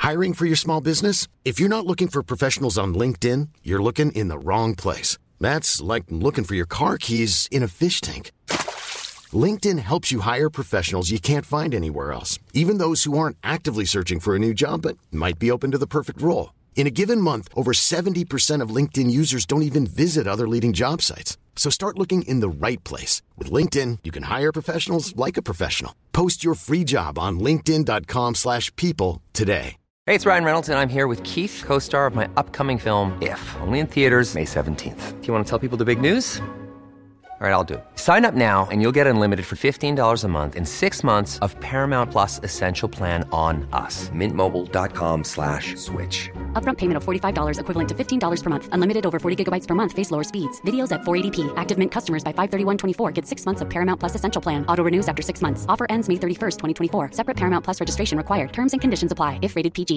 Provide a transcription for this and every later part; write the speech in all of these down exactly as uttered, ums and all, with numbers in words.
Hiring for your small business? If you're not looking for professionals on LinkedIn, you're looking in the wrong place. That's like looking for your car keys in a fish tank. LinkedIn helps you hire professionals you can't find anywhere else, even those who aren't actively searching for a new job but might be open to the perfect role. In a given month, over seventy percent of LinkedIn users don't even visit other leading job sites. So start looking in the right place. With LinkedIn, you can hire professionals like a professional. Post your free job on linkedin.com slash people today. Hey, it's Ryan Reynolds, and I'm here with Keith, co-star of my upcoming film, If, only in theaters May seventeenth. Do you want to tell people the big news? All right, I'll do it. Sign up now and you'll get unlimited for fifteen dollars a month and six months of Paramount Plus Essential Plan on us. Mintmobile.com slash switch. Upfront payment of forty-five dollars equivalent to fifteen dollars per month. Unlimited over forty gigabytes per month. Face lower speeds. Videos at four eighty p. Active Mint customers by five thirty-one twenty-four get six months of Paramount Plus Essential Plan. Auto renews after six months. Offer ends May thirty-first, twenty twenty-four. Separate Paramount Plus registration required. Terms and conditions apply if rated P G.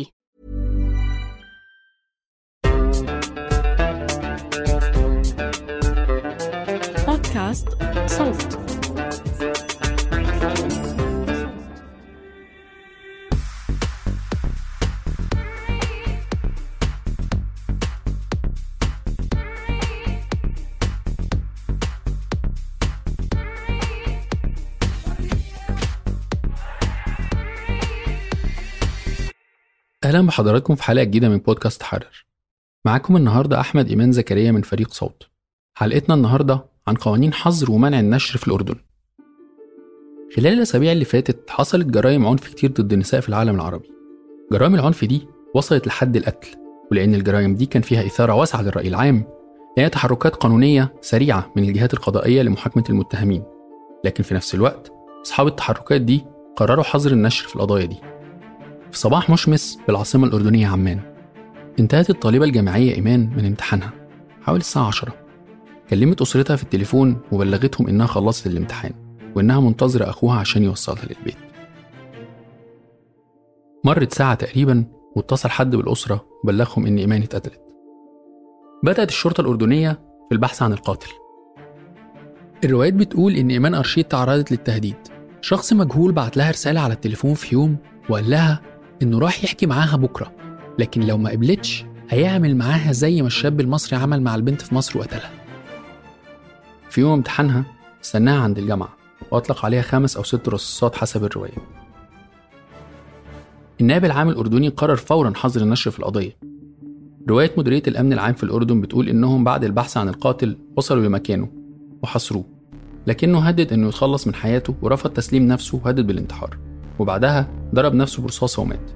بودكاست صوت. أهلا بحضراتكم في حلقة جديدة من بودكاست حرر. معاكم النهاردة أحمد إيمان زكريا من فريق صوت. حلقتنا النهاردة عن قوانين حظر ومنع النشر في الأردن. خلال الأسابيع اللي فاتت حصلت جرائم عنف كتير ضد النساء في العالم العربي. جرائم العنف دي وصلت لحد القتل، ولأن الجرائم دي كان فيها إثارة واسعة للرأي العام، لقى تحركات قانونية سريعة من الجهات القضائية لمحاكمة المتهمين. لكن في نفس الوقت أصحاب التحركات دي قرروا حظر النشر في القضايا دي. في صباح مشمس بالعاصمة الأردنية عمان، انتهت الطالبة الجامعية إيمان من امتحانها حوالي الساعة عشرة. كلمت أسرتها في التليفون وبلغتهم إنها خلصت الامتحان وإنها منتظرة أخوها عشان يوصلها للبيت. مرت ساعة تقريبا واتصل حد بالأسرة وبلغهم إن إيمان اتقتلت. بدأت الشرطة الأردنية في البحث عن القاتل. الروايات بتقول إن إيمان أرشيد تعرضت للتهديد. شخص مجهول بعت لها رسالة على التليفون في يوم وقال لها إنه راح يحكي معاها بكرة، لكن لو ما قبلتش هيعمل معاها زي ما الشاب المصري عمل مع البنت في مصر وقتلها. في يوم امتحانها استناها عند الجامعة وأطلق عليها خمس أو ست رصاصات حسب الرواية. النائب العام الأردني قرر فوراً حظر النشر في القضية. رواية مديرية الأمن العام في الأردن بتقول إنهم بعد البحث عن القاتل وصلوا لمكانه وحصروه، لكنه هدد إنه يتخلص من حياته ورفض تسليم نفسه وهدد بالانتحار، وبعدها ضرب نفسه برصاصة ومات.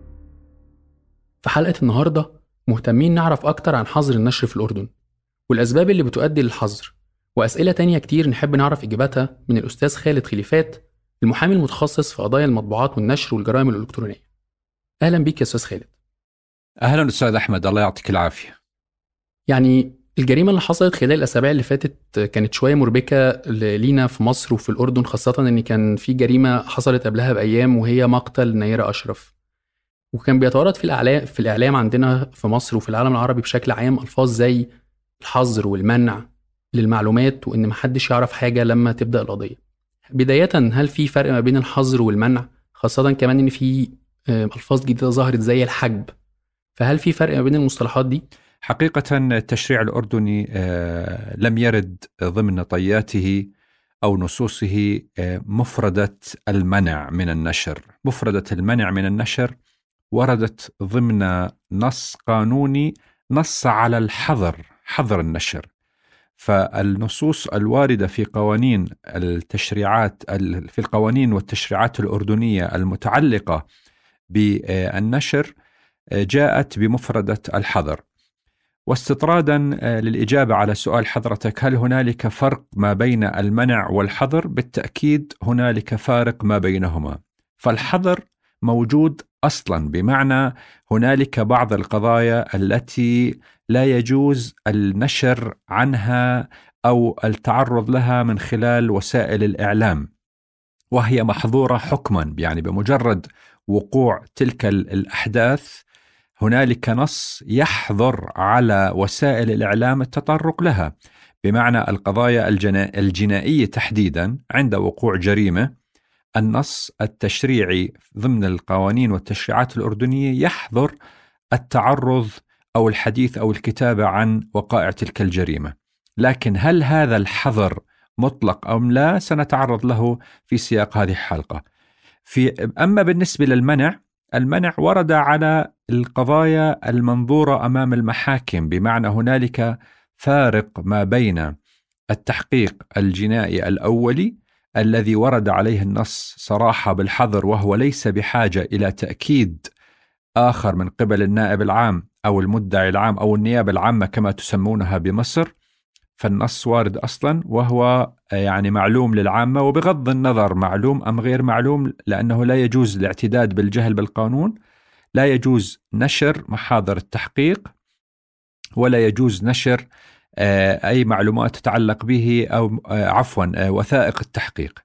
في حلقة النهاردة مهتمين نعرف أكتر عن حظر النشر في الأردن والأسباب اللي بتؤدي للحظر، وأسئلة تانية كتير نحب نعرف إجاباتها من الأستاذ خالد خليفات، المحامي المتخصص في قضايا المطبوعات والنشر والجرائم الإلكترونية. أهلا بيك يا أستاذ خالد. أهلا أستاذ أحمد، الله يعطيك العافية. يعني الجريمة اللي حصلت خلال الأسابيع اللي فاتت كانت شوية مربكة لينا في مصر وفي الأردن، خاصة أن كان في جريمة حصلت قبلها بأيام وهي مقتل نيرة أشرف، وكان بيتوارد في الإعلام في الإعلام عندنا في مصر وفي العالم العربي بشكل عام ألفاظ زي الحظر والمنع للمعلومات وإن محدش يعرف حاجة لما تبدأ القضية. بداية، هل في فرق ما بين الحظر والمنع، خاصة كمان إن في ألفاظ جديدة ظهرت زي الحجب، فهل في فرق ما بين المصطلحات دي؟ حقيقة التشريع الأردني لم يرد ضمن طياته أو نصوصه مفردة المنع من النشر. مفردة المنع من النشر وردت ضمن نص قانوني نص على الحظر، حظر النشر. فالنصوص الواردة في قوانين التشريعات في القوانين والتشريعات الأردنية المتعلقة بالنشر جاءت بمفردة الحظر. واستطرادا للإجابة على سؤال حضرتك، هل هنالك فرق ما بين المنع والحظر؟ بالتأكيد هنالك فارق ما بينهما. فالحظر موجود أصلا، بمعنى هنالك بعض القضايا التي لا يجوز النشر عنها أو التعرض لها من خلال وسائل الإعلام، وهي محظورة حكما، يعني بمجرد وقوع تلك الأحداث هنالك نص يحظر على وسائل الإعلام التطرق لها. بمعنى القضايا الجنائية تحديدا، عند وقوع جريمة النص التشريعي ضمن القوانين والتشريعات الأردنية يحظر التعرض أو الحديث أو الكتابة عن وقائع تلك الجريمة. لكن هل هذا الحظر مطلق أم لا سنتعرض له في سياق هذه الحلقة. في أما بالنسبة للمنع، المنع ورد على القضايا المنظورة أمام المحاكم، بمعنى هنالك فارق ما بين التحقيق الجنائي الأولي الذي ورد عليه النص صراحة بالحظر، وهو ليس بحاجة إلى تأكيد آخر من قبل النائب العام أو المدعي العام أو النيابة العامة كما تسمونها بمصر، فالنص وارد أصلا وهو يعني معلوم للعامة، وبغض النظر معلوم أم غير معلوم، لأنه لا يجوز الاعتداد بالجهل بالقانون، لا يجوز نشر محاضر التحقيق، ولا يجوز نشر أي معلومات تتعلق به أو عفوا وثائق التحقيق.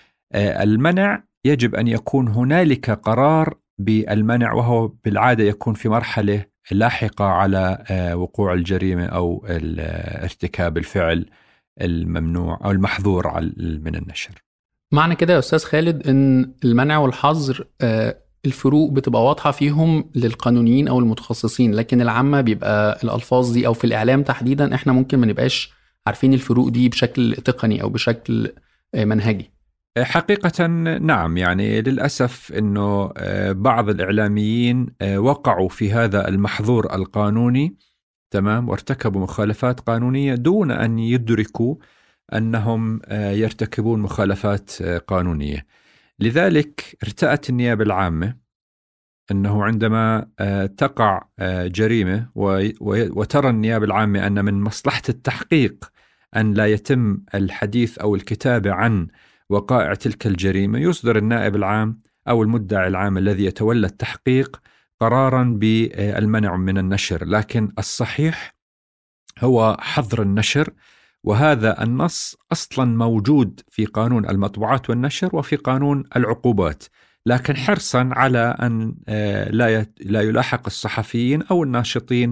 المنع يجب أن يكون هنالك قرار بالمنع، وهو بالعادة يكون في مرحلة لاحقة على وقوع الجريمة أو ارتكاب الفعل الممنوع أو المحظور من النشر. معنى كده يا أستاذ خالد أن المنع والحظر الفروق بتبقى واضحة فيهم للقانونيين أو المتخصصين، لكن العامة بيبقى الألفاظ دي أو في الإعلام تحديدا إحنا ممكن ما نبقاش عارفين الفروق دي بشكل تقني أو بشكل منهجي. حقيقة نعم، يعني للأسف أنه بعض الإعلاميين وقعوا في هذا المحظور القانوني تمام، وارتكبوا مخالفات قانونية دون أن يدركوا أنهم يرتكبون مخالفات قانونية. لذلك ارتأت النيابة العامة أنه عندما تقع جريمة وترى النيابة العامة أن من مصلحة التحقيق أن لا يتم الحديث أو الكتابة عن وقائع تلك الجريمة، يصدر النائب العام أو المدعي العام الذي يتولى التحقيق قراراً بالمنع من النشر. لكن الصحيح هو حظر النشر، وهذا النص أصلاً موجود في قانون المطبوعات والنشر وفي قانون العقوبات، لكن حرصاً على أن لا يلاحق الصحفيين أو الناشطين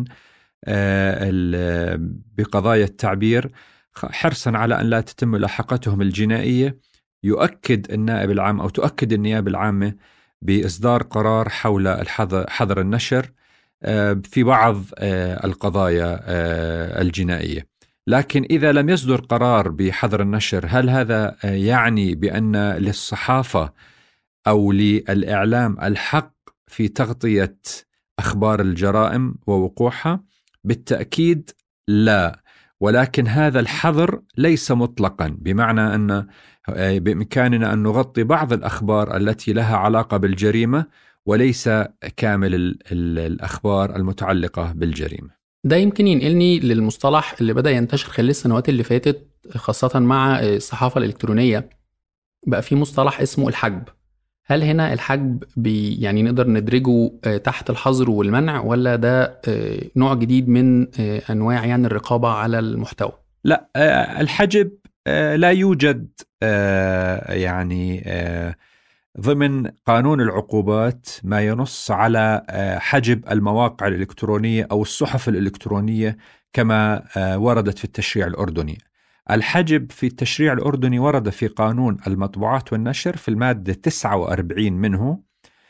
بقضايا التعبير، حرصاً على أن لا تتم ملاحقتهم الجنائية، يؤكد النائب العام أو تؤكد النيابة العامة بإصدار قرار حول حظر النشر في بعض القضايا الجنائية. لكن إذا لم يصدر قرار بحظر النشر، هل هذا يعني بأن للصحافة أو للإعلام الحق في تغطية أخبار الجرائم ووقوعها؟ بالتأكيد لا، ولكن هذا الحظر ليس مطلقا، بمعنى أن بإمكاننا أن نغطي بعض الأخبار التي لها علاقة بالجريمة وليس كامل الأخبار المتعلقة بالجريمة. ده يمكن ينقلني للمصطلح اللي بدأ ينتشر خلال السنوات اللي فاتت، خاصة مع الصحافة الإلكترونية، بقى في مصطلح اسمه الحجب. هل هنا الحجب بي يعني نقدر ندرجه تحت الحظر والمنع، ولا ده نوع جديد من أنواع يعني الرقابة على المحتوى؟ لا، الحجب لا يوجد يعني ضمن قانون العقوبات ما ينص على حجب المواقع الإلكترونية أو الصحف الإلكترونية كما وردت في التشريع الأردني. الحجب في التشريع الأردني ورد في قانون المطبوعات والنشر في المادة تسعة وأربعين منه،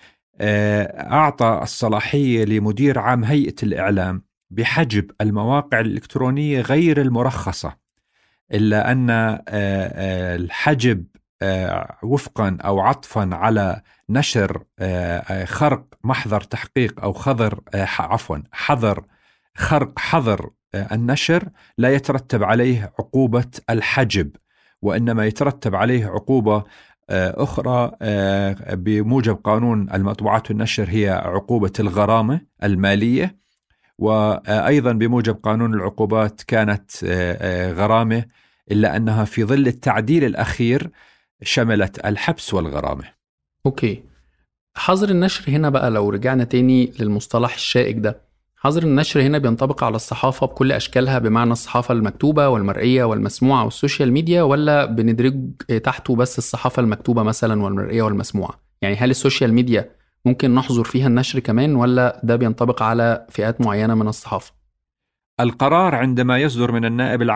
أعطى الصلاحية لمدير عام هيئة الإعلام بحجب المواقع الإلكترونية غير المرخصة، إلا أن الحجب وفقا أو عطفا على نشر خرق محضر تحقيق أو خضر عفوا حظر خرق حظر النشر لا يترتب عليه عقوبة الحجب، وإنما يترتب عليه عقوبة أخرى بموجب قانون المطبوعات والنشر، هي عقوبة الغرامة المالية، وأيضا بموجب قانون العقوبات كانت غرامة، إلا أنها في ظل التعديل الأخير شملت الحبس والغرامة. أوكي، حظر النشر هنا بقى لو رجعنا تاني للمصطلح الشائك ده، حظر النشر هنا بينطبق على الصحافة بكل أشكالها، بمعنى الصحافة المكتوبة والمرئية والمسموعة والسوشيال ميديا، ولا بندرج تحته بس الصحافة المكتوبة مثلا والمرئية والمسموعة؟ يعني هل السوشيال ميديا ممكن نحظر فيها النشر كمان، ولا ده بينطبق على فئات معينة من الصحافة؟ القرار عندما يصدر من النائب العام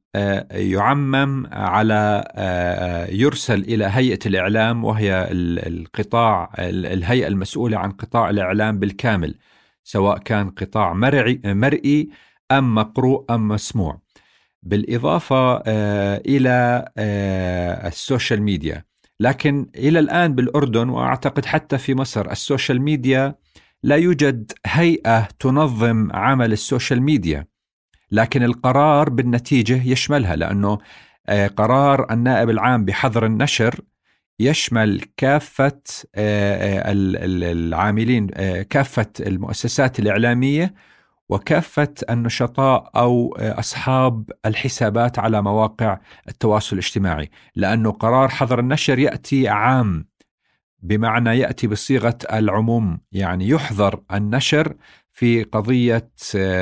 يعمم على يرسل إلى هيئة الإعلام، وهي القطاع الهيئة المسؤولة عن قطاع الإعلام بالكامل، سواء كان قطاع مرئي, مرئي أم مقروء أم مسموع، بالإضافة إلى السوشيال ميديا. لكن إلى الآن بالأردن، وأعتقد حتى في مصر، السوشيال ميديا لا يوجد هيئة تنظم عمل السوشيال ميديا، لكن القرار بالنتيجة يشملها، لأنه قرار النائب العام بحظر النشر يشمل كافة العاملين، كافة المؤسسات الإعلامية وكافة النشطاء أو أصحاب الحسابات على مواقع التواصل الاجتماعي، لأنه قرار حظر النشر يأتي عام، بمعنى يأتي بصيغة العموم، يعني يحظر النشر في قضية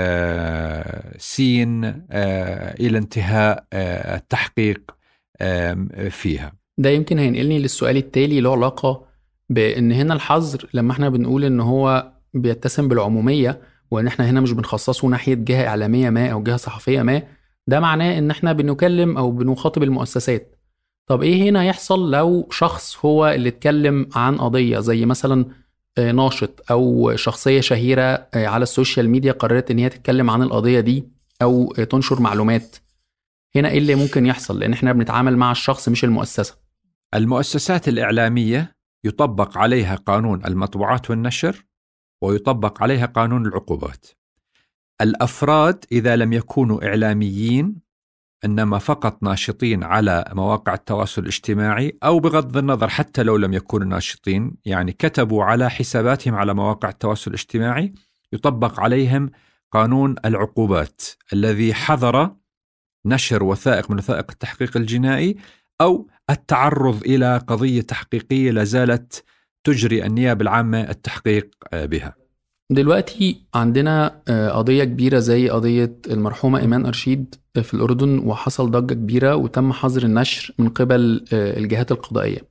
سين إلى انتهاء التحقيق فيها. ده يمكن هينقلني للسؤال التالي له علاقة بأن هنا الحظر، لما احنا بنقول ان هو بيتسم بالعمومية، وان احنا هنا مش بنخصصه ناحية جهة إعلامية ما أو جهة صحفية ما، ده معناه ان احنا بنكلم أو بنخاطب المؤسسات. طب ايه هنا يحصل لو شخص هو اللي اتكلم عن قضية زي مثلا ناشط أو شخصية شهيرة على السوشيال ميديا قررت ان هي تتكلم عن القضية دي أو تنشر معلومات؟ هنا ايه اللي ممكن يحصل؟ لأن احنا بنتعامل مع الشخص مش المؤسسة. المؤسسات الإعلامية يطبق عليها قانون المطبوعات والنشر، ويطبق عليها قانون العقوبات. الأفراد إذا لم يكونوا إعلاميين، إنما فقط ناشطين على مواقع التواصل الاجتماعي، أو بغض النظر حتى لو لم يكونوا ناشطين، يعني كتبوا على حساباتهم على مواقع التواصل الاجتماعي، يطبق عليهم قانون العقوبات الذي حظر نشر وثائق من وثائق التحقيق الجنائي أو التعرض إلى قضية تحقيقية لازالت تجري النيابة العامة التحقيق بها. دلوقتي عندنا قضية كبيرة زي قضية المرحومة إيمان أرشيد في الأردن، وحصل ضجة كبيرة وتم حظر النشر من قبل الجهات القضائية.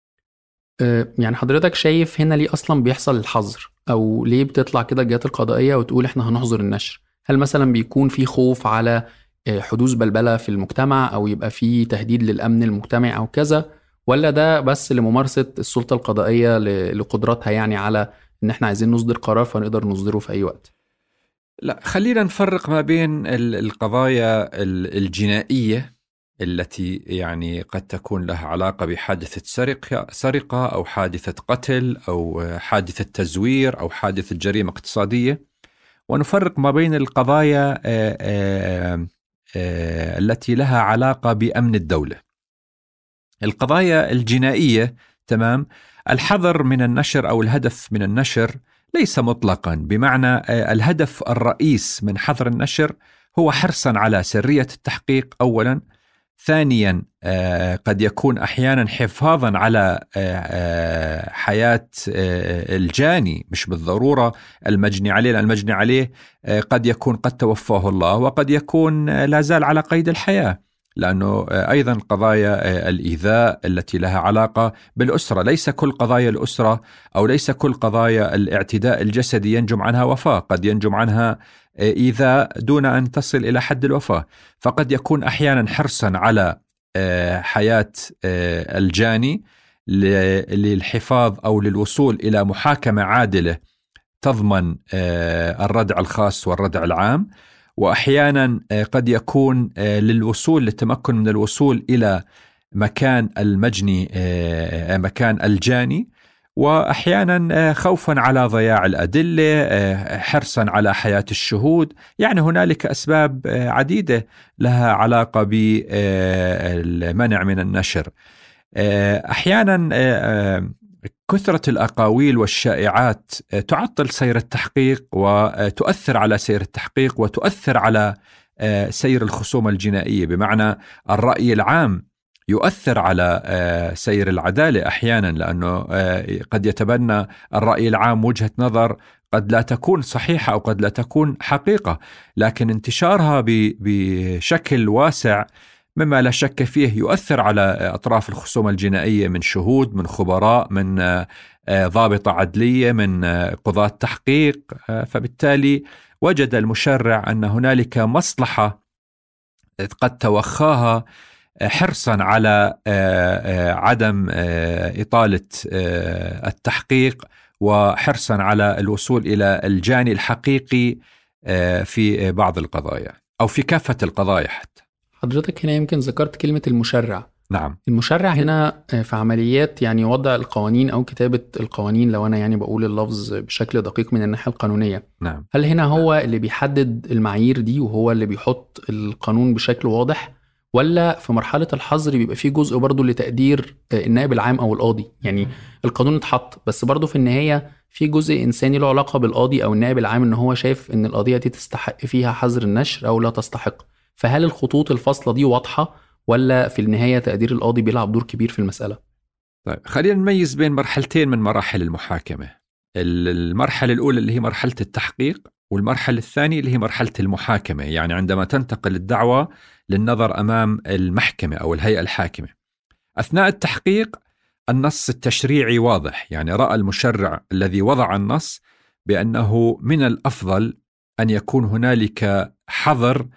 يعني حضرتك شايف هنا ليه أصلا بيحصل الحظر، أو ليه بتطلع كده الجهات القضائية وتقول إحنا هنحظر النشر؟ هل مثلا بيكون في خوف على حدوث بلبلة في المجتمع، أو يبقى في تهديد للأمن المجتمعي أو كذا، ولا ده بس لممارسة السلطة القضائية لقدراتها يعني على إن إحنا عايزين نصدر قرار فنقدر نصدره في أي وقت؟ لا، خلينا نفرق ما بين القضايا الجنائية التي يعني قد تكون لها علاقة بحادثة سرقة سرقة أو حادثة قتل أو حادثة تزوير أو حادثة جريمة اقتصادية، ونفرق ما بين القضايا آآ آآ آآ التي لها علاقة بأمن الدولة. القضايا الجنائية، تمام، الحظر من النشر أو الهدف من النشر ليس مطلقا، بمعنى الهدف الرئيس من حظر النشر هو حرصا على سرية التحقيق أولا، ثانيا قد يكون أحيانا حفاظا على حياة الجاني، مش بالضرورة المجني عليه، لأن المجني عليه قد يكون قد توفاه الله، وقد يكون لا زال على قيد الحياة، لأنه أيضا قضايا الإيذاء التي لها علاقة بالأسرة، ليس كل قضايا الأسرة أو ليس كل قضايا الاعتداء الجسدي ينجم عنها وفاة، قد ينجم عنها إيذاء دون أن تصل إلى حد الوفاة. فقد يكون أحيانا حرصا على حياة الجاني للحفاظ أو للوصول إلى محاكمة عادلة تضمن الردع الخاص والردع العام، وأحيانا قد يكون للوصول للتمكن من الوصول إلى مكان المجني، مكان الجاني، وأحيانا خوفا على ضياع الأدلة، حرصا على حياة الشهود. يعني هنالك أسباب عديدة لها علاقة بالمنع من النشر. أحيانا كثرة الأقاويل والشائعات تعطل سير التحقيق وتؤثر على سير التحقيق وتؤثر على سير الخصومة الجنائية، بمعنى الرأي العام يؤثر على سير العدالة أحيانا، لأنه قد يتبنى الرأي العام وجهة نظر قد لا تكون صحيحة أو قد لا تكون حقيقة، لكن انتشارها بشكل واسع مما لا شك فيه يؤثر على أطراف الخصومة الجنائية، من شهود، من خبراء، من ضابطة عدلية، من قضاة تحقيق. فبالتالي وجد المشرع أن هنالك مصلحة قد توخاها حرصا على عدم إطالة التحقيق وحرصا على الوصول إلى الجاني الحقيقي في بعض القضايا أو في كافة القضايا حتى. حضرتك هنا يمكن ذكرت كلمة المشرع. نعم. المشرع هنا في عمليات يعني وضع القوانين أو كتابة القوانين، لو أنا يعني بقول اللفظ بشكل دقيق من الناحية القانونية. نعم. هل هنا هو اللي بيحدد المعايير دي وهو اللي بيحط القانون بشكل واضح، ولا في مرحلة الحظر بيبقى فيه جزء برضو لتقدير النائب العام أو القاضي؟ يعني القانون اتحط بس برضو في النهاية في جزء إنساني له علاقة بالقاضي أو النائب العام إن هو شايف إن القضية دي تستحق فيها حظر النشر أو لا تستحق. فهل الخطوط الفاصلة دي واضحة ولا في النهاية تقدير القاضي بيلعب دور كبير في المسألة؟ طيب خلينا نميز بين مرحلتين من مراحل المحاكمة. المرحلة الأولى اللي هي مرحلة التحقيق، والمرحلة الثانية اللي هي مرحلة المحاكمة، يعني عندما تنتقل الدعوة للنظر أمام المحكمة أو الهيئة الحاكمة. أثناء التحقيق النص التشريعي واضح، يعني رأى المشرع الذي وضع النص بأنه من الأفضل أن يكون هنالك حظر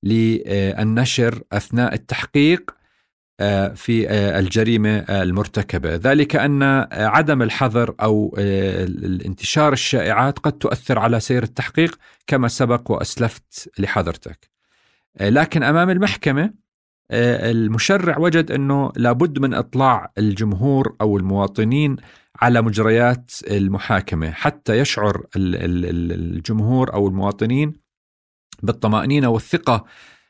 للنشر أثناء التحقيق في الجريمة المرتكبة، ذلك أن عدم الحظر أو الانتشار الشائعات قد تؤثر على سير التحقيق كما سبق وأسلفت لحضرتك. لكن أمام المحكمة المشرع وجد أنه لابد من إطلاع الجمهور أو المواطنين على مجريات المحاكمة حتى يشعر الجمهور أو المواطنين بالطمأنينة والثقة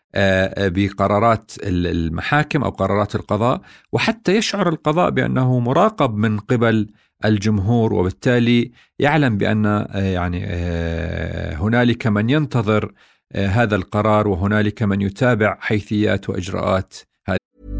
بقرارات المحاكم أو قرارات القضاء، وحتى يشعر القضاء بأنه مراقب من قبل الجمهور، وبالتالي يعلم بأن يعني هنالك من ينتظر هذا القرار وهنالك من يتابع حيثيات وإجراءات هذه.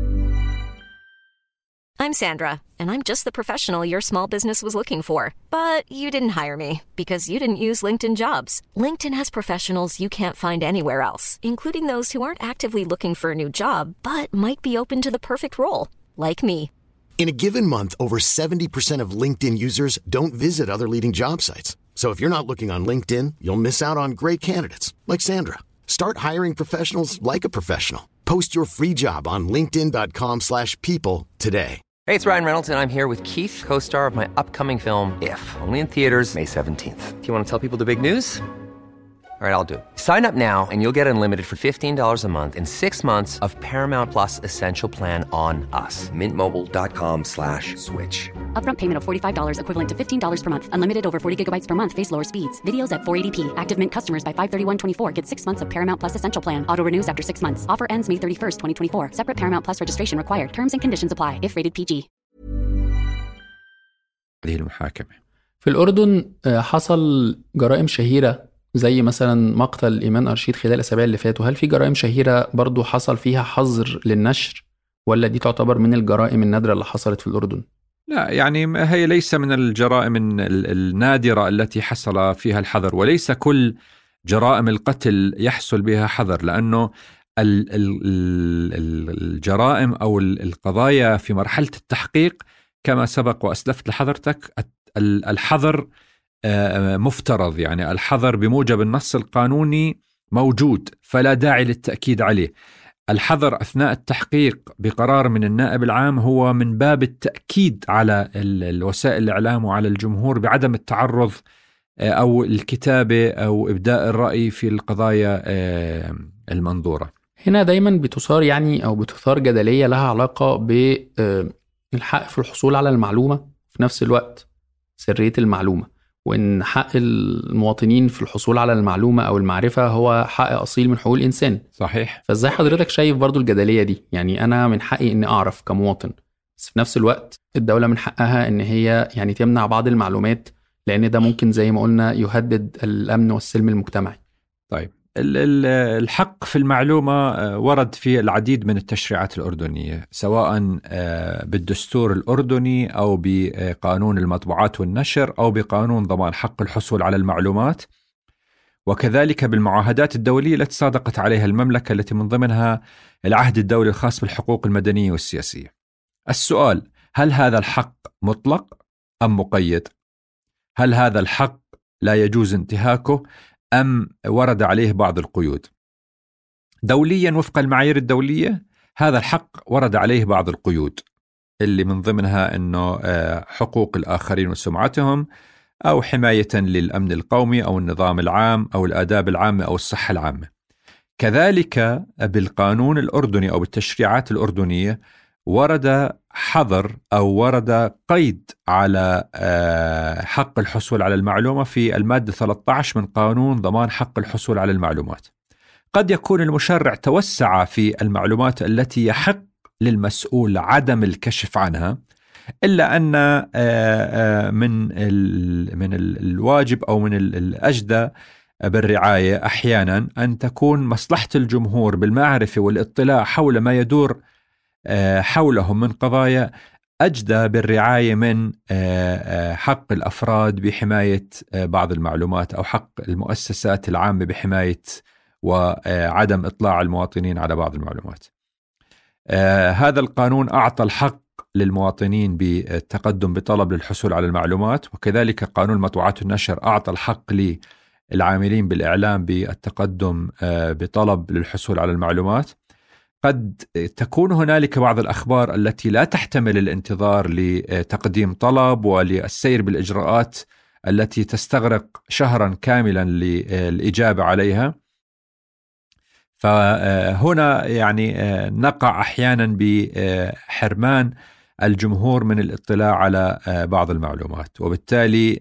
I'm Sandra, and I'm just the professional your small business was looking for. But you didn't hire me because you didn't use LinkedIn Jobs. LinkedIn has professionals you can't find anywhere else, including those who aren't actively looking for a new job, but might be open to the perfect role, like me. In a given month, over seventy percent of LinkedIn users don't visit other leading job sites. So if you're not looking on LinkedIn, you'll miss out on great candidates like Sandra. Start hiring professionals like a professional. Post your free job on linkedin dot com slash people today. Hey, it's Ryan Reynolds, and I'm here with Keith, co-star of my upcoming film, If, only in theaters May seventeenth. Do you want to tell people the big news? All right, I'll do it. Sign up now and you'll get unlimited for fifteen dollars a month and six months of Paramount Plus Essential Plan on us. mint mobile dot com slash switch. Upfront payment of forty-five dollars equivalent to fifteen dollars per month. Unlimited over forty gigabytes per month. Face lower speeds. Videos at four eighty p. Active Mint customers by five thirty-one twenty-four get six months of Paramount Plus Essential Plan. Auto renews after six months. Offer ends May thirty-first, twenty twenty-four. Separate Paramount Plus registration required. Terms and conditions apply if rated بي جي. هذه المحاكمة في الأردن حصل جرائم شهيرة زي مثلا مقتل إيمان أرشيد خلال الأسابيع اللي فاتوا. هل في جرائم شهيرة برضو حصل فيها حظر للنشر، ولا دي تعتبر من الجرائم النادرة اللي حصلت في الأردن؟ لا، يعني هي ليس من الجرائم النادرة التي حصل فيها الحظر، وليس كل جرائم القتل يحصل بها حظر، لأنه الجرائم أو القضايا في مرحلة التحقيق كما سبق وأسلفت لحضرتك الحظر مفترض، يعني الحظر بموجب النص القانوني موجود، فلا داعي للتأكيد عليه. الحظر أثناء التحقيق بقرار من النائب العام هو من باب التأكيد على الوسائل الإعلام وعلى الجمهور بعدم التعرض أو الكتابة أو إبداء الرأي في القضايا المنظورة. هنا دايما بتثار يعني أو بتثار جدلية لها علاقة بالحق في الحصول على المعلومة، في نفس الوقت سرية المعلومة، وإن حق المواطنين في الحصول على المعلومة أو المعرفة هو حق أصيل من حقوق الإنسان. صحيح. فإزاي حضرتك شايف برضو الجدلية دي؟ يعني أنا من حقي إني أعرف كمواطن، بس في نفس الوقت الدولة من حقها إن هي يعني تمنع بعض المعلومات، لأن ده ممكن زي ما قلنا يهدد الأمن والسلم المجتمعي. طيب، الحق في المعلومة ورد في العديد من التشريعات الأردنية، سواء بالدستور الأردني أو بقانون المطبوعات والنشر أو بقانون ضمان حق الحصول على المعلومات، وكذلك بالمعاهدات الدولية التي صادقت عليها المملكة، التي من ضمنها العهد الدولي الخاص بالحقوق المدنية والسياسية. السؤال: هل هذا الحق مطلق أم مقيد؟ هل هذا الحق لا يجوز انتهاكه أم ورد عليه بعض القيود؟ دوليا وفق المعايير الدولية هذا الحق ورد عليه بعض القيود، اللي من ضمنها أنه حقوق الآخرين وسمعتهم، أو حماية للأمن القومي أو النظام العام أو الآداب العامة أو الصحة العامة. كذلك بالقانون الأردني أو بالتشريعات الأردنية ورد حظر أو ورد قيد على حق الحصول على المعلومة في المادة ثلاثة عشر من قانون ضمان حق الحصول على المعلومات. قد يكون المشرع توسع في المعلومات التي يحق للمسؤول عدم الكشف عنها، إلا أن من من الواجب أو من الأجدى بالرعاية أحيانا أن تكون مصلحة الجمهور بالمعرفة والاطلاع حول ما يدور حولهم من قضايا أجدى بالرعاية من حق الأفراد بحماية بعض المعلومات أو حق المؤسسات العامة بحماية وعدم إطلاع المواطنين على بعض المعلومات. هذا القانون أعطى الحق للمواطنين بالتقدم بطلب للحصول على المعلومات، وكذلك قانون مطبوعات النشر أعطى الحق للعاملين بالإعلام بالتقدم بطلب للحصول على المعلومات. قد تكون هنالك بعض الأخبار التي لا تحتمل الانتظار لتقديم طلب وللسير بالإجراءات التي تستغرق شهرا كاملا للإجابة عليها. فهنا يعني نقع أحيانا بحرمان الجمهور من الاطلاع على بعض المعلومات، وبالتالي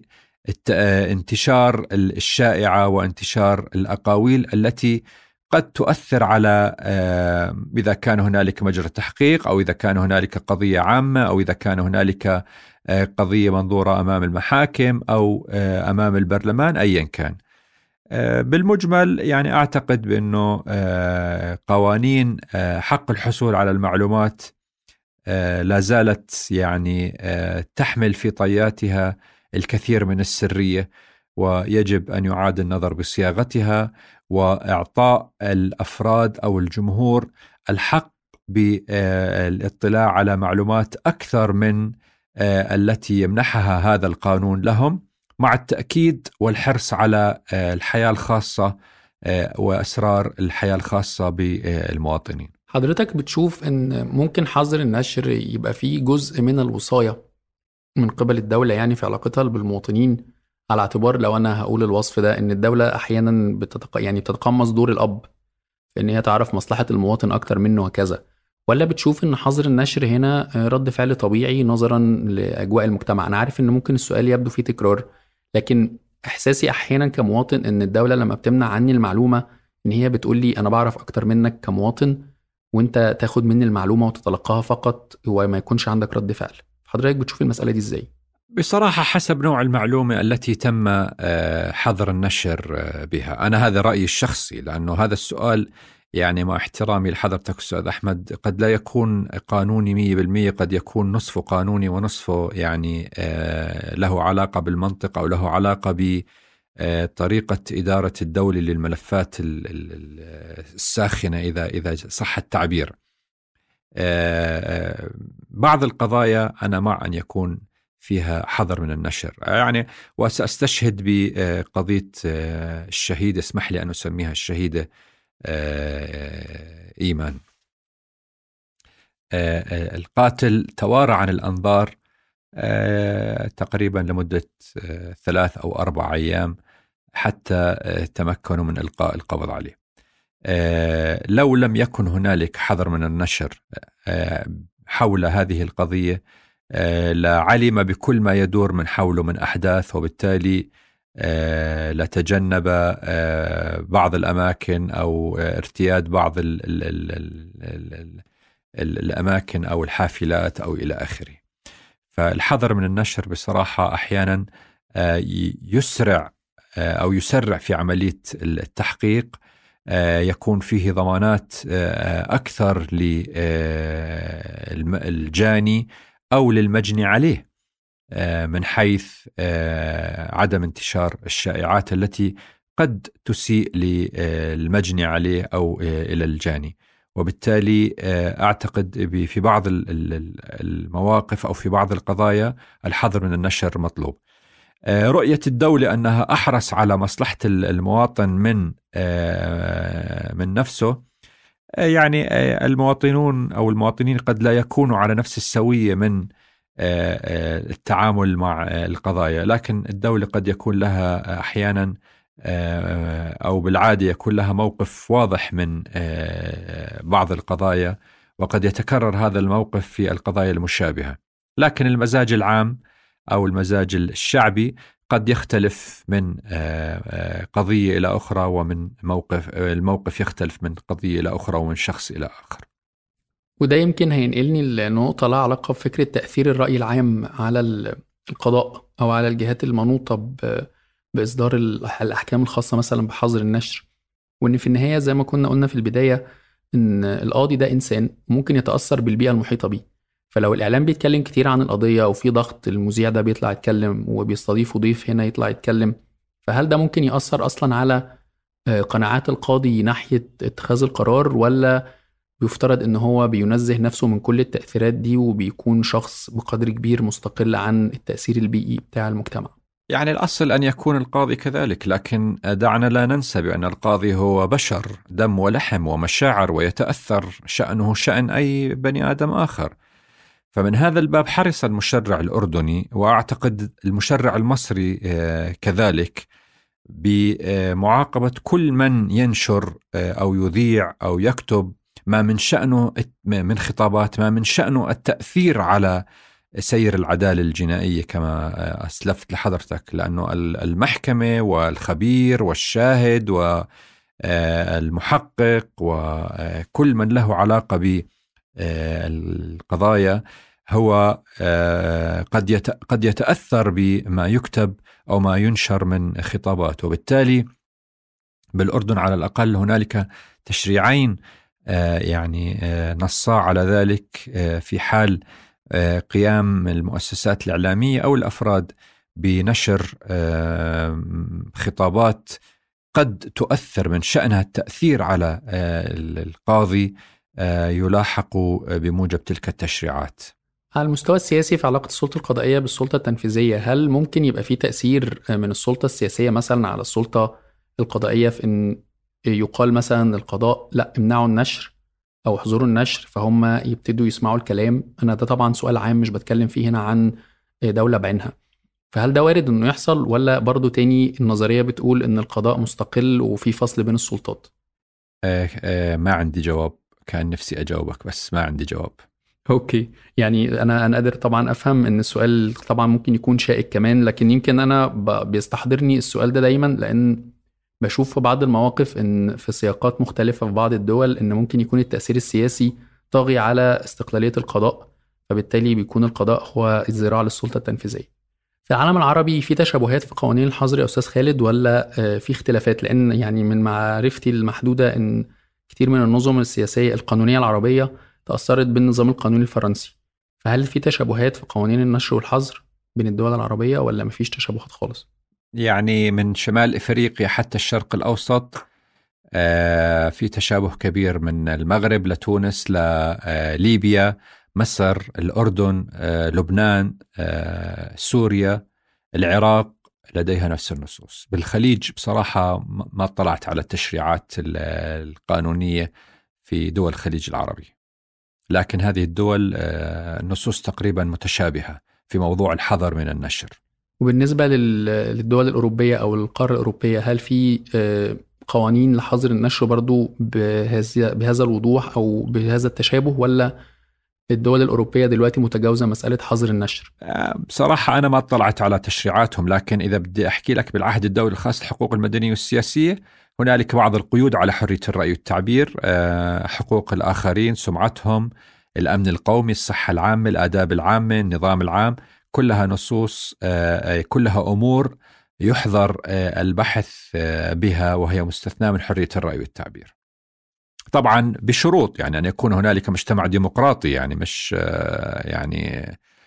انتشار الشائعة وانتشار الأقاويل التي قد تؤثر على إذا كان هنالك مجرى تحقيق أو إذا كان هنالك قضية عامة أو إذا كان هنالك قضية منظورة أمام المحاكم أو أمام البرلمان أيا كان. بالمجمل يعني أعتقد بأنه قوانين حق الحصول على المعلومات لا زالت يعني تحمل في طياتها الكثير من السرية، ويجب أن يعاد النظر بصياغتها وإعطاء الأفراد أو الجمهور الحق بالاطلاع على معلومات أكثر من التي يمنحها هذا القانون لهم، مع التأكيد والحرص على الحياة الخاصة وأسرار الحياة الخاصة بالمواطنين. حضرتك بتشوف أن ممكن حظر النشر يبقى فيه جزء من الوصاية من قبل الدولة يعني في علاقتها بالمواطنين، على اعتبار لو أنا هقول الوصف ده أن الدولة أحيانا بتتق... يعني بتتقمص دور الأب في أن هي تعرف مصلحة المواطن أكتر منه وكذا، ولا بتشوف أن حظر النشر هنا رد فعل طبيعي نظرا لأجواء المجتمع؟ أنا عارف أن ممكن السؤال يبدو فيه تكرار، لكن إحساسي أحيانا كمواطن أن الدولة لما بتمنع عني المعلومة أن هي بتقول لي أنا بعرف أكتر منك كمواطن، وأنت تاخد مني المعلومة وتتلقاها فقط وما يكونش عندك رد فعل. حضرتك بتشوف المسألة دي إزاي؟ بصراحة حسب نوع المعلومة التي تم حظر النشر بها. أنا هذا رأيي الشخصي، لأنه هذا السؤال يعني مع احترامي لحضرتك أستاذ أحمد قد لا يكون قانوني مية بالمية، قد يكون نصفه قانوني ونصفه يعني له علاقة بالمنطق أو له علاقة بطريقة إدارة الدولة للملفات الساخنة إذا إذا صح التعبير. بعض القضايا أنا مع أن يكون فيها حظر من النشر، يعني وسأستشهد بقضية الشهيدة، اسمح لي أن أسميها الشهيدة إيمان. القاتل توارى عن الأنظار تقريبا لمدة ثلاث أو أربع أيام حتى تمكنوا من إلقاء القبض عليه. لو لم يكن هنالك حظر من النشر حول هذه القضية لعلم بكل ما يدور من حوله من أحداث، وبالتالي لتجنب بعض الأماكن أو ارتياد بعض ال ال ال ال ال الأماكن أو الحافلات أو إلى آخره. فالحظر من النشر بصراحة أحيانا يسرع أو يسرع في عملية التحقيق، يكون فيه ضمانات أكثر للجاني أو للمجني عليه من حيث عدم انتشار الشائعات التي قد تسيء للمجني عليه أو إلى الجاني. وبالتالي أعتقد في بعض المواقف أو في بعض القضايا الحظر من النشر مطلوب. رؤية الدولة أنها أحرص على مصلحة المواطن من من نفسه يعني المواطنون أو المواطنين قد لا يكونوا على نفس السوية من التعامل مع القضايا، لكن الدولة قد يكون لها أحيانا أو بالعادة يكون لها موقف واضح من بعض القضايا، وقد يتكرر هذا الموقف في القضايا المشابهة. لكن المزاج العام أو المزاج الشعبي قد يختلف من قضية إلى أخرى، ومن موقف الموقف يختلف من قضية إلى أخرى ومن شخص إلى آخر. وده يمكن هينقلني لنقطة لها علاقة بفكرة تأثير الرأي العام على القضاء أو على الجهات المنوطة بإصدار الأحكام الخاصة مثلا بحظر النشر، وإن في النهاية زي ما كنا قلنا في البداية إن القاضي ده إنسان ممكن يتأثر بالبيئة المحيطة بيه. فلو الإعلام بيتكلم كتير عن القضية أو في ضغط، المذيع ده بيطلع يتكلم وبيستضيف ضيف هنا يطلع يتكلم، فهل ده ممكن يأثر أصلا على قناعات القاضي ناحية اتخاذ القرار، ولا بيفترض إن هو بينزه نفسه من كل التأثيرات دي وبيكون شخص بقدر كبير مستقل عن التأثير البيئي بتاع المجتمع؟ يعني الأصل أن يكون القاضي كذلك، لكن دعنا لا ننسى بأن القاضي هو بشر، دم ولحم ومشاعر، ويتأثر شأنه شأن أي بني آدم آخر. فمن هذا الباب حرص المشرع الأردني، وأعتقد المشرع المصري كذلك، بمعاقبة كل من ينشر أو يذيع أو يكتب ما من شأنه من خطابات ما من شأنه التأثير على سير العدالة الجنائية كما أسلفت لحضرتك، لأنه المحكمة والخبير والشاهد والمحقق وكل من له علاقة بالقضايا هو قد قد يتأثر بما يكتب أو ما ينشر من خطابات. وبالتالي بالأردن على الأقل هنالك تشريعين يعني نصا على ذلك في حال قيام المؤسسات الإعلامية أو الأفراد بنشر خطابات قد تؤثر من شأنها التأثير على القاضي، يلاحق بموجب تلك التشريعات. على المستوى السياسي في علاقة السلطة القضائية بالسلطة التنفيذية، هل ممكن يبقى فيه تأثير من السلطة السياسية مثلا على السلطة القضائية في أن يقال مثلا القضاء لا امنعوا النشر أو احظروا النشر فهم يبتدوا يسمعوا الكلام؟ أنا ده طبعا سؤال عام مش بتكلم فيه هنا عن دولة بعينها، فهل ده وارد أنه يحصل، ولا برضو تاني النظرية بتقول أن القضاء مستقل وفي فصل بين السلطات؟ آه آه ما عندي جواب، كان نفسي أجاوبك بس ما عندي جواب. اوكي، يعني انا انا قادر طبعا افهم ان السؤال طبعا ممكن يكون شائك كمان، لكن يمكن انا بيستحضرني السؤال ده دايما لان بشوف في بعض المواقف ان في سياقات مختلفة في بعض الدول ان ممكن يكون التأثير السياسي طاغي على استقلالية القضاء، فبالتالي بيكون القضاء هو الذراع للسلطة التنفيذية. في العالم العربي في تشابهات في قوانين الحظر يا أستاذ خالد، ولا في اختلافات؟ لأن يعني من معرفتي المحدودة ان كتير من النظم السياسية القانونية العربية تأثرت بالنظام القانوني الفرنسي، فهل في تشابهات في قوانين النشر والحظر بين الدول العربية ولا مفيش تشابهات خالص؟ يعني من شمال إفريقيا حتى الشرق الأوسط آه في تشابه كبير، من المغرب لتونس لليبيا، مصر، الأردن، آه لبنان، آه سوريا، العراق لديها نفس النصوص. بالخليج بصراحة ما اطلعت على التشريعات القانونية في دول الخليج العربي، لكن هذه الدول النصوص تقريبا متشابهة في موضوع الحظر من النشر. وبالنسبة للدول الأوروبية أو القارة الأوروبية، هل في قوانين لحظر النشر برضو بهذا الوضوح أو بهذا التشابه، ولا الدول الأوروبية دلوقتي متجاوزة مسألة حظر النشر؟ بصراحة أنا ما اطلعت على تشريعاتهم، لكن إذا بدي أحكي لك بالعهد الدولي الخاص للحقوق المدنية والسياسية هنالك بعض القيود على حرية الرأي والتعبير، حقوق الآخرين، سمعتهم، الأمن القومي، الصحة العامة، الآداب العامة، النظام العام، كلها نصوص، كلها أمور يحظر البحث بها وهي مستثناة من حرية الرأي والتعبير، طبعا بشروط، يعني أن يكون هنالك مجتمع ديمقراطي، يعني مش يعني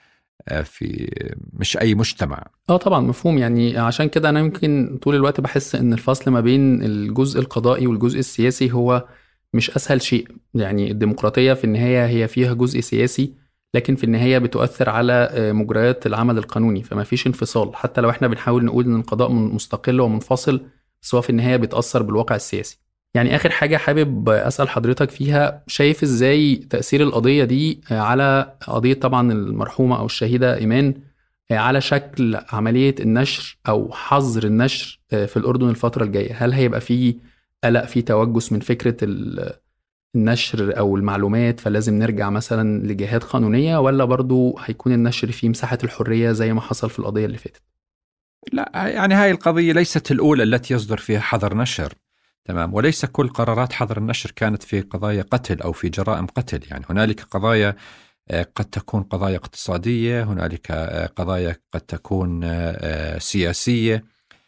في مش أي مجتمع. اه طبعا مفهوم. يعني عشان كده أنا يمكن طول الوقت بحس إن الفصل ما بين الجزء القضائي والجزء السياسي هو مش أسهل شيء. يعني الديمقراطية في النهاية هي فيها جزء سياسي، لكن في النهاية بتؤثر على مجريات العمل القانوني، فما فيش انفصال. حتى لو احنا بنحاول نقول إن القضاء مستقل ومنفصل، بس هو في النهاية بيتأثر بالواقع السياسي. يعني آخر حاجة حابب أسأل حضرتك فيها، شايف إزاي تأثير القضية دي على قضية طبعا المرحومة أو الشهيدة إيمان على شكل عملية النشر أو حظر النشر في الأردن الفترة الجاية؟ هل هيبقى فيه قلق، فيه توجس من فكرة النشر أو المعلومات فلازم نرجع مثلا لجهات قانونية، ولا برضو هيكون النشر فيه مساحة الحرية زي ما حصل في القضية اللي فاتت؟ لا، يعني هاي القضية ليست الأولى التي يصدر فيها حظر نشر، تمام، وليس كل قرارات حظر النشر كانت في قضايا قتل أو في جرائم قتل. يعني هنالك قضايا قد تكون قضايا اقتصادية، هنالك قضايا قد تكون سياسية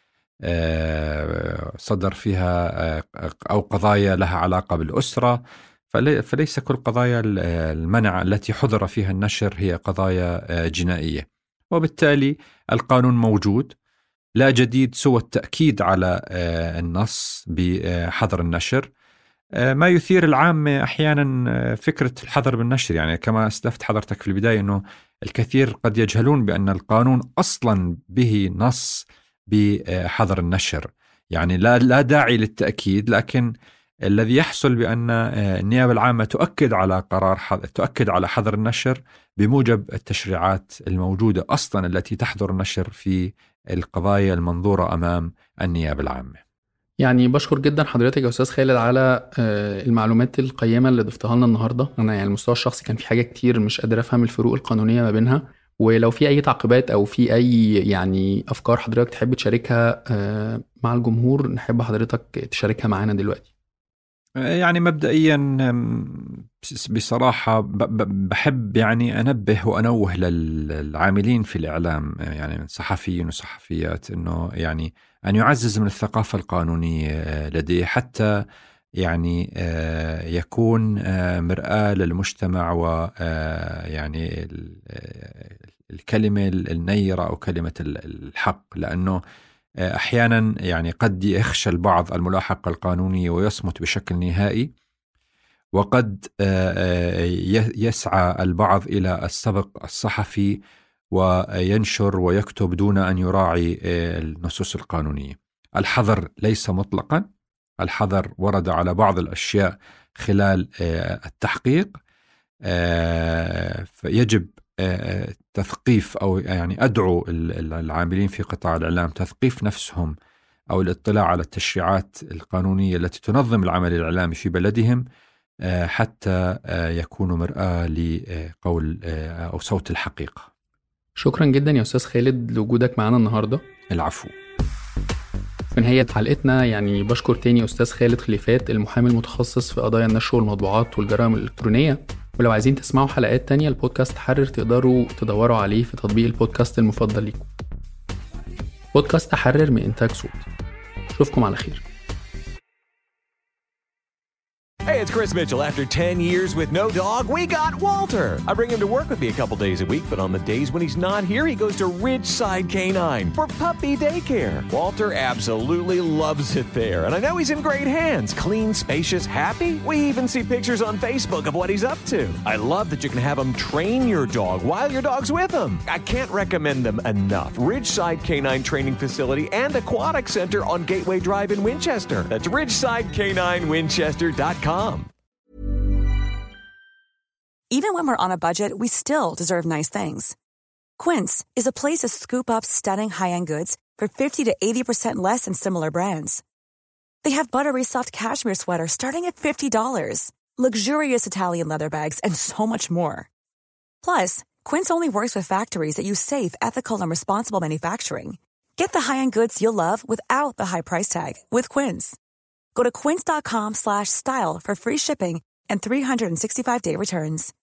صدر فيها، أو قضايا لها علاقة بالأسرة. فليس كل قضايا المنع التي حظر فيها النشر هي قضايا جنائية، وبالتالي القانون موجود، لا جديد سوى التأكيد على النص بحظر النشر. ما يثير العامة أحيانا فكرة الحظر بالنشر، يعني كما أسلفت حضرتك في البداية أنه الكثير قد يجهلون بأن القانون أصلا به نص بحظر النشر، يعني لا لا داعي للتأكيد. لكن الذي يحصل بأن النيابة العامة تؤكد على قرار حظر تؤكد على حظر النشر بموجب التشريعات الموجودة أصلا التي تحظر النشر في القضايا المنظورة أمام النيابة العامة. يعني بشكر جدا حضرتك يا أستاذ خالد على المعلومات القيمة اللي ضفتها لنا النهاردة. أنا يعني المستوى الشخصي كان في حاجة كتير مش قادر أفهم الفروق القانونية ما بينها، ولو في أي تعقيبات أو في أي يعني أفكار حضرتك تحب تشاركها مع الجمهور نحب حضرتك تشاركها معنا دلوقتي. يعني مبدئيا بصراحة بحب يعني أنبه وأنوه للعاملين في الإعلام، يعني صحفيين وصحفيات، أنه يعني أن يعزز من الثقافة القانونية لديه، حتى يعني يكون مرآة للمجتمع، ويعني الكلمة النيرة أو كلمة الحق، لأنه أحيانا يعني قد يخشى البعض الملاحقة القانونية ويصمت بشكل نهائي، وقد يسعى البعض إلى السبق الصحفي وينشر ويكتب دون أن يراعي النصوص القانونية. الحظر ليس مطلقا، الحظر ورد على بعض الأشياء خلال التحقيق، فيجب تثقيف أو يعني أدعو العاملين في قطاع الإعلام تثقيف نفسهم أو الاطلاع على التشريعات القانونية التي تنظم العمل الإعلامي في بلدهم، حتى يكونوا مرآة لقول أو صوت الحقيقة. شكرا جدا يا أستاذ خالد لوجودك معنا النهاردة. العفو. في نهاية حلقتنا يعني بشكر تاني أستاذ خالد خليفات، المحامي المتخصص في قضايا النشر والمطبوعات والجرائم الإلكترونية. ولو عايزين تسمعوا حلقات تانية البودكاست حرر تقدروا تدوروا عليه في تطبيق البودكاست المفضل ليكم. بودكاست حرر من إنتاج صوت. أشوفكم على خير. Hey, it's Chris Mitchell. After ten years with no dog, we got Walter. I bring him to work with me a couple days a week, but on the days when he's not here, he goes to Ridgeside Canine for puppy daycare. Walter absolutely loves it there, and I know he's in great hands. Clean, spacious, happy. We even see pictures on Facebook of what he's up to. I love that you can have him train your dog while your dog's with him. I can't recommend them enough. Ridgeside Canine Training Facility and Aquatic Center on Gateway Drive in Winchester. That's ridgeside canine winchester dot com. Even when we're on a budget, we still deserve nice things. Quince is a place to scoop up stunning high-end goods for fifty to eighty percent less than similar brands. They have buttery soft cashmere sweaters starting at fifty dollars, luxurious Italian leather bags, and so much more. Plus, Quince only works with factories that use safe, ethical, and responsible manufacturing. Get the high-end goods you'll love without the high price tag with Quince. Go to quince dot com slash style for free shipping and three hundred sixty-five day returns.